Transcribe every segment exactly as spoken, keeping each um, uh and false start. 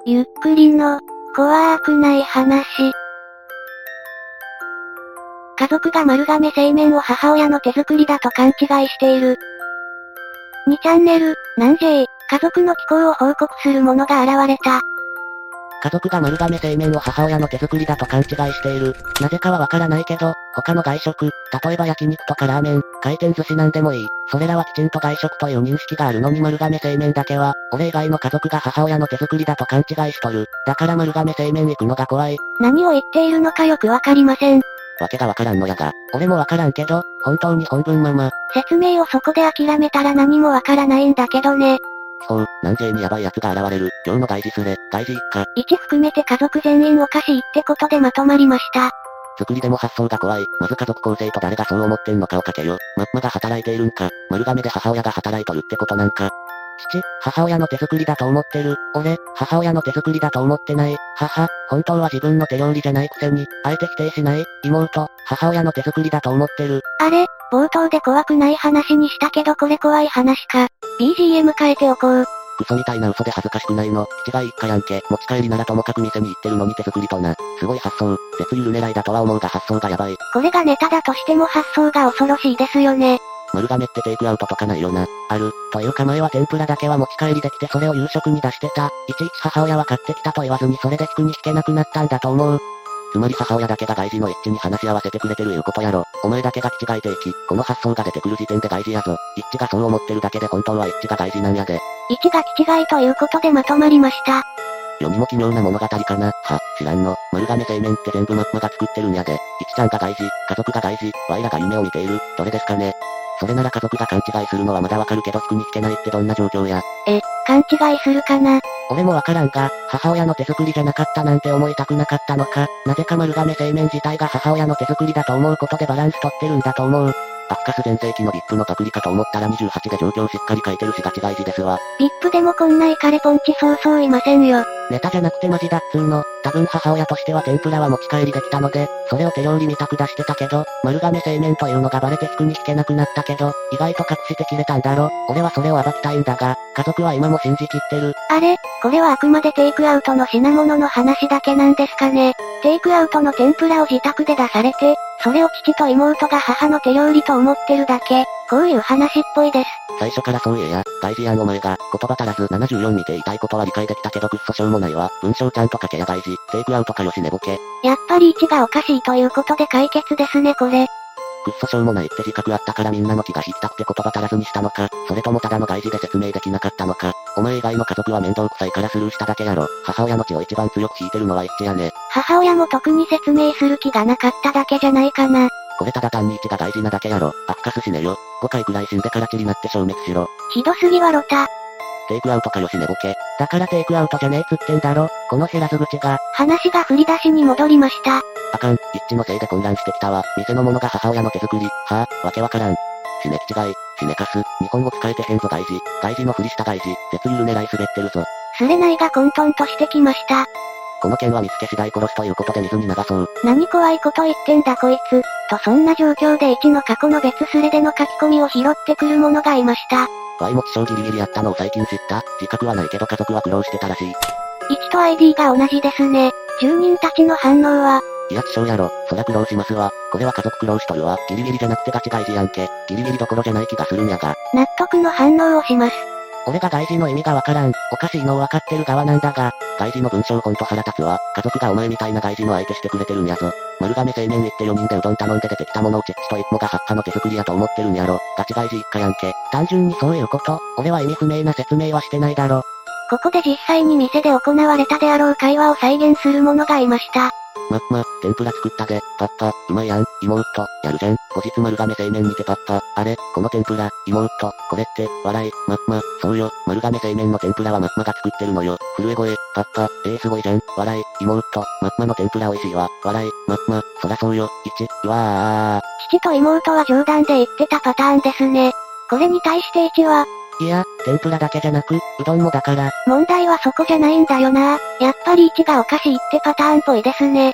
ゆっくりの、怖くない話。家族が丸亀製麺を母親の手作りだと勘違いしている。にチャンネル、なんじぇー、家族の寄稿を報告する者が現れた。 家族が丸亀製麺を母親の手作りだと勘違いしている。なぜかはわからないけど、他の外食、例えば焼肉とかラーメン、回転寿司なんでもいい。それらはきちんと外食という認識があるのに丸亀製麺だけは、俺以外の家族が母親の手作りだと勘違いしとる。だから丸亀製麺行くのが怖い。 何を言っているのかよくわかりません。 わけがわからんのやが。俺もわからんけど、本当に本文まま。 説明をそこで諦めたら何もわからないんだけどね。 そう、南西にヤバい奴が現れる。今日の外事スレ、外事一家。 いち含めて家族全員おかしいってことでまとまりました。 作りでも発想が怖い。まず家族構成と誰がそう思ってんのかを書けよ。マッマが働いているんか。丸亀で母親が働いとるってことなんか。父、母親の手作りだと思ってる。俺、母親の手作りだと思ってない。母、本当は自分の手料理じゃないくせに、あえて否定しない。妹、母親の手作りだと思ってる。 あれ、冒頭で怖くない話にしたけどこれ怖い話か。ビージーエム 変えておこう。 クソみたいな嘘で恥ずかしくないの。父が一家やんけ。持ち帰りならともかく店に行ってるのに手作りとな。すごい発想。絶ゆる狙いだとは思うが発想がやばい。 これがネタだとしても発想が恐ろしいですよね。 丸亀ってテイクアウトとかないよな。ある。というか前は天ぷらだけは持ち帰りできてそれを夕食に出してた。いちいち母親は買ってきたと言わずにそれで引くに引けなくなったんだと思う。つまり母親だけが外事の一致に話し合わせてくれてるいうことやろ。お前だけが気違い定期。この発想が出てくる時点で外事やぞ。一致がそう思ってるだけで本当は一致が外事なんやで。 一致が気違いということでまとまりました。 世にも奇妙な物語かな。は、知らんの。丸亀製麺って全部マッマが作ってるんやで。一ちゃんが外事、家族が外事、ワイらが夢を見ている。どれですかね。それなら家族が勘違いするのはまだわかるけど引くに引けないってどんな状況や。 え、勘違いするかな。 俺もわからんが、母親の手作りじゃなかったなんて思いたくなかったのか、なぜか丸亀製麺自体が母親の手作りだと思うことでバランス取ってるんだと思う。アフカス全盛期のビップのパクリかと思ったらにじゅうはちで状況しっかり書いてるしガチ外事ですわ。 ビップでもこんなイカレポンチそうそういませんよ。 ネタじゃなくてマジだっつーの。多分母親としては天ぷらは持ち帰りできたので、それを手料理みたく出してたけど、丸亀製麺というのがバレて引くに引けなくなったけど、意外と隠して切れたんだろ。俺はそれを暴きたいんだが、家族は今も信じきってる。 あれ、これはあくまでテイクアウトの品物の話だけなんですかね。テイクアウトの天ぷらを自宅で出されて、それを父と妹が母の手料理と思ってるだけ、こういう話っぽいです。 最初からそう言えや、外事案お前が、言葉足らずななじゅうよん見て言いたいことは理解できたけどくっそしょうもないわ。文章ちゃんと書けや外事、テイクアウトかよし寝ぼけ。 やっぱり位置がおかしいということで解決ですねこれ。 くっそしょうもないって自覚あったからみんなの気が引きたくて言葉足らずにしたのか、それともただの外事で説明できなかったのか。お前以外の家族は面倒くさいからスルーしただけやろ。母親の血を一番強く引いてるのは一致やね。 母親も特に説明する気がなかっただけじゃないかな。 これただ単に一が大事なだけやろ。アフカス死ねよ。ごかいくらい死んでから血になって消滅しろ。 ひどすぎはロタ。 テイクアウトかよし寝ぼけ。だからテイクアウトじゃねえっつってんだろ。この減らず口が。 話が振り出しに戻りました。 あかん、一致のせいで混乱してきたわ。店のものが母親の手作り。はぁ、わけわからん。死ね気違い、死ねかす。日本語使えてへんぞ外事。外事のふりした外事。絶ゆる狙い滑ってるぞ。 すれないが混沌としてきました。 この件は見つけ次第殺すということで水に流そう。 何怖いこと言ってんだこいつ。とそんな状況で一の過去の別スレでの書き込みを拾ってくる者がいました。 ワイも気象ギリギリやったのを最近知った。自覚はないけど家族は苦労してたらしい。 いちと アイディー が同じですね。住人たちの反応は。 いや気象やろ。そら苦労しますわ。これは家族苦労しとるわ。ギリギリじゃなくてガチ外事やんけ。ギリギリどころじゃない気がするんやが。 納得の反応をします。 俺が外事の意味がわからん。おかしいの分かってる側なんだが、外事の文章ほんと腹立つわ。家族がお前みたいな外事の相手してくれてるんやぞ。丸亀製麺行ってよにんでうどん頼んで出てきたものをチッチと一歩が母の手作りやと思ってるんやろ。ガチ外事一家やんけ。単純にそういうこと。俺は意味不明な説明はしてないだろ。 ここで実際に店で行われたであろう会話を再現する者がいました。 まっま、天ぷら作ったで、パッパ、うまいやん、妹、やるじゃん、後日丸亀製麺見てパッパ、あれ、この天ぷら、妹、これって、笑い、まっま、そうよ、丸亀製麺の天ぷらはまっまが作ってるのよ、震え声、パッパ、えーすごいじゃん、笑い、妹、まっまの天ぷら美味しいわ、笑い、まっま、そらそうよ、いち、うわー。 父と妹は冗談で言ってたパターンですね。これに対していちは、 いや、天ぷらだけじゃなく、うどんもだから。 問題はそこじゃないんだよな。やっぱりいちがおかしいってパターンっぽいですね。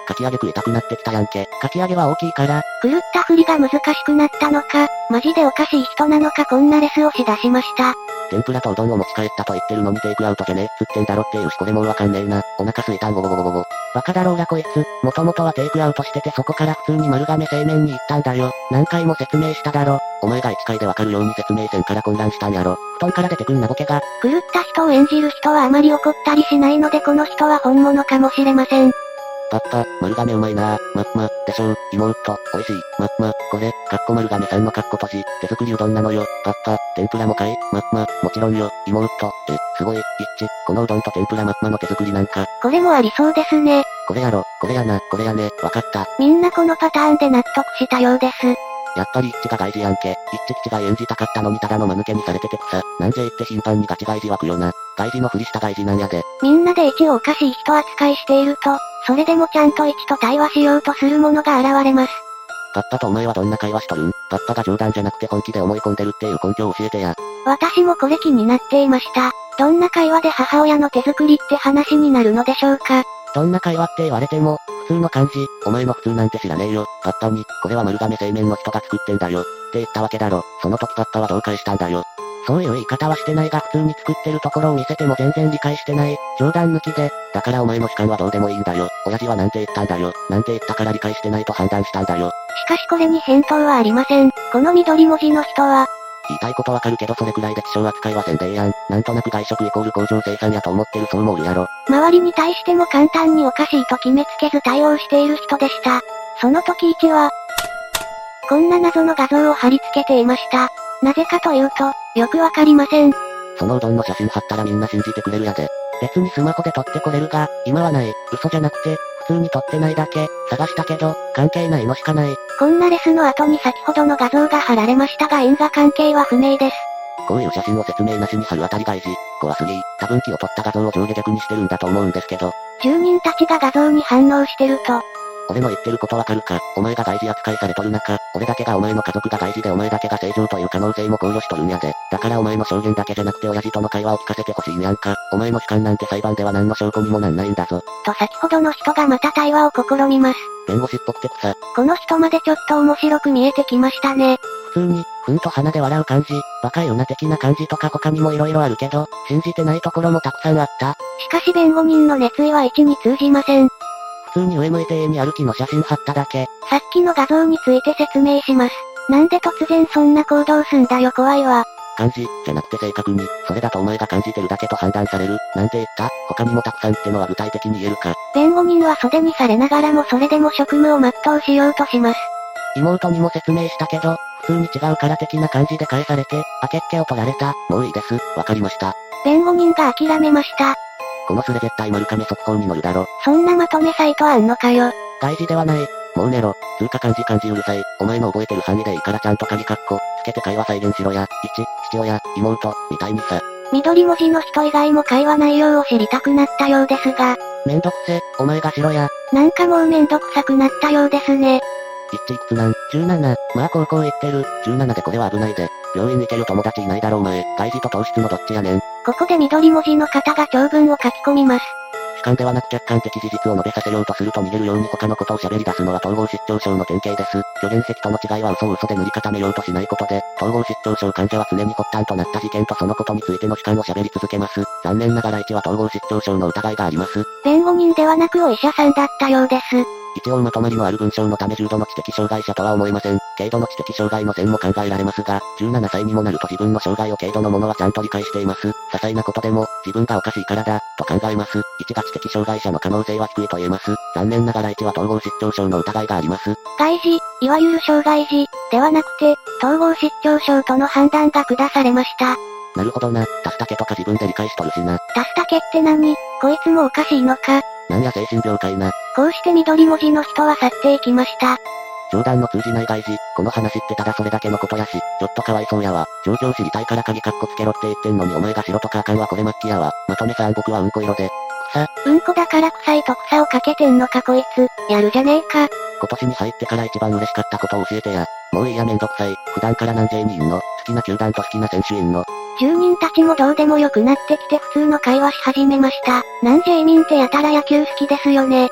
かき揚げ食いたくなってきたやんけ。かき揚げは大きいから。 狂ったふりが難しくなったのか、マジでおかしい人なのかこんなレスをしだしました。 天ぷらとうどんを持ち帰ったと言ってるのにテイクアウトじゃねえっつってんだろっていうしこれもうわかんねえな。お腹すいたんごごごごごご。バカだろうがこいつ。もともとはテイクアウトしててそこから普通に丸亀製麺に行ったんだよ。何回も説明しただろ。お前がいっかいでわかるように説明せんから混乱したんやろ。布団から出てくんなボケが。 狂った人を演じる人はあまり怒ったりしないのでこの人は本物かもしれません。 パッパ、丸亀うまいなぁ。まっま、でしょう。妹、美味しい。まっま、これ、かっこ丸亀さんのかっこ閉じ。手作りうどんなのよ。パッパ、天ぷらもかい。まっま、もちろんよ。妹、え、すごい、一致。このうどんと天ぷらまっまの手作りなんか。 これもありそうですね。 これやろ、これやな、これやね、わかった。 みんなこのパターンで納得したようです。 やっぱり一致が大事やんけ。一致基地が演じたかったのにただの間抜けにされてて草。なんで言って頻繁にガチ外事湧くよな。外事のふりした外事なんやで。 みんなで一をおかしい人扱いしていると、それでもちゃんと一と対話しようとする者が現れます。 パッパとお前はどんな会話しとるん？パッパが冗談じゃなくて本気で思い込んでるっていう根拠を教えてや。 私もこれ気になっていました。どんな会話で母親の手作りって話になるのでしょうか。 どんな会話って言われても、普通の感じ、お前の普通なんて知らねえよ。パッパに、これは丸亀製麺の人が作ってんだよ。って言ったわけだろ。その時パッパはどう返したんだよ。そういう言い方はしてないが普通に作ってるところを見せても全然理解してない。冗談抜きで。だからお前の主観はどうでもいいんだよ。親父はなんて言ったんだよ。なんて言ったから理解してないと判断したんだよ。 しかしこれに返答はありません。この緑文字の人は、 言いたいことわかるけどそれくらいで希少扱いはせんでええやん。なんとなく外食イコール工場生産やと思ってる層もおるやろ。 周りに対しても簡単におかしいと決めつけず対応している人でした。その時一は、こんな謎の画像を貼り付けていました。なぜかというと、よくわかりません。 そのうどんの写真貼ったらみんな信じてくれるやで。別にスマホで撮ってこれるが、今はない。嘘じゃなくて、普通に撮ってないだけ。探したけど、関係ないのしかない。 こんなレスの後に先ほどの画像が貼られましたが因果関係は不明です。 こういう写真を説明なしに貼るあたり外事。怖すぎ。多分気を取った画像を上下逆にしてるんだと思うんですけど。 住人たちが画像に反応してると、 俺の言ってることわかるか？お前が外事扱いされとる中、俺だけがお前の家族が外事でお前だけが正常という可能性も考慮しとるんやで。だからお前の証言だけじゃなくて親父との会話を聞かせてほしいんやんか。お前の主観なんて裁判では何の証拠にもなんないんだぞ。 と先ほどの人がまた対話を試みます。 弁護士っぽくて草。 この人までちょっと面白く見えてきましたね。 普通に、ふんと鼻で笑う感じ、バカ言うな的な感じとか他にも色々あるけど、信じてないところもたくさんあった。 しかし弁護人の熱意は一に通じません。 普通に上向いて家に歩きの写真貼っただけ。 さっきの画像について説明します。なんで突然そんな行動すんだよ怖いわ。 感じ、じゃなくて正確に、それだとお前が感じてるだけと判断される。なんて言った？他にもたくさんってのは具体的に言えるか。 弁護人は袖にされながらもそれでも職務を全うしようとします。 妹にも説明したけど、普通に違うから的な感じで返されて、あけっけを取られた。もういいです。わかりました。 弁護人が諦めました。 このスレ絶対丸亀速報に乗るだろ。 そんなまとめサイトあんのかよ。 大事ではない。もう寝ろ。通過漢字漢字うるさい。お前の覚えてる範囲でいいからちゃんと鍵カッコ、つけて会話再現しろや。いち、父親、妹、みたいにさ。 緑文字の人以外も会話内容を知りたくなったようですが。 めんどくせ、お前がしろや。 なんかもうめんどくさくなったようですね。 一致いくつなん？ じゅうなな。まあ高校行ってる。じゅうななでこれは危ないで。病院行ける友達いないだろお前。外事と糖質のどっちやねん。 ここで緑文字の方が長文を書き込みます。 主観ではなく客観的事実を述べさせようとすると逃げるように他のことを喋り出すのは統合失調症の典型です。虚言癖との違いは嘘を嘘で塗り固めようとしないことで、統合失調症患者は常に発端となった事件とそのことについての主観を喋り続けます。残念ながらいちは統合失調症の疑いがあります。 弁護人ではなくお医者さんだったようです。 一応まとまりのある文章のため重度の知的障害者とは思えません。軽度の知的障害の線も考えられますが、じゅうななさいにもなると自分の障害を軽度のものはちゃんと理解しています。些細なことでも、自分がおかしいからだ、と考えます。いちが知的障害者の可能性は低いと言えます。残念ながらいちは統合失調症の疑いがあります。 外事、いわゆる障害児、ではなくて、統合失調症との判断が下されました。 なるほどな、タスタケとか自分で理解しとるしな。 タスタケって何？こいつもおかしいのか。 なんや精神病かいな。 こうして緑文字の人は去っていきました。 冗談の通じない外事、この話ってただそれだけのことやし、ちょっとかわいそうやわ。状況知りたいから鍵カッコつけろって言ってんのにお前がしろとかあかんわこれ末期やわ。まとめさん僕はうんこ色で。 草。うんこだから臭いと草をかけてんのかこいつ。やるじゃねえか。 今年に入ってから一番嬉しかったことを教えてや。もういいやめんどくさい。普段から何 J にいんの？好きな球団と好きな選手いんの？ 住人たちもどうでもよくなってきて普通の会話し始めました。なん J 民ってやたら野球好きですよね。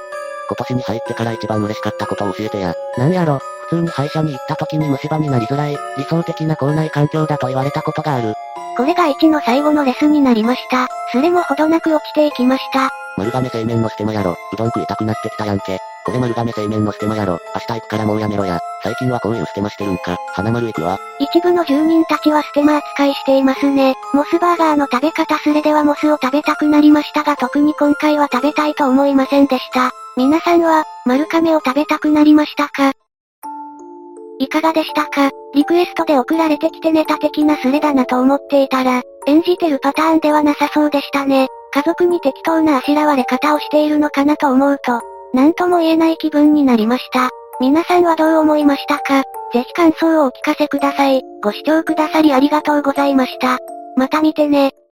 今年に入ってから一番嬉しかったことを教えてや。 なんやろ、普通に歯医者に行った時に虫歯になりづらい、理想的な口内環境だと言われたことがある。 これがいちの最後のレスになりました。スレもほどなく落ちていきました。 丸亀製麺のステマやろ。うどん食いたくなってきたやんけ。これ丸亀製麺のステマやろ。明日行くからもうやめろや。最近はこういうステマしてるんか。花丸行くわ。 一部の住人たちはステマ扱いしていますね。モスバーガーの食べ方スレではモスを食べたくなりましたが特に今回は食べたいと思いませんでした。皆さんは、丸亀を食べたくなりましたか？いかがでしたか？リクエストで送られてきてネタ的なスレだなと思っていたら、演じてるパターンではなさそうでしたね。家族に適当なあしらわれ方をしているのかなと思うと、なんとも言えない気分になりました。皆さんはどう思いましたか？ぜひ感想をお聞かせください。ご視聴くださりありがとうございました。また見てね。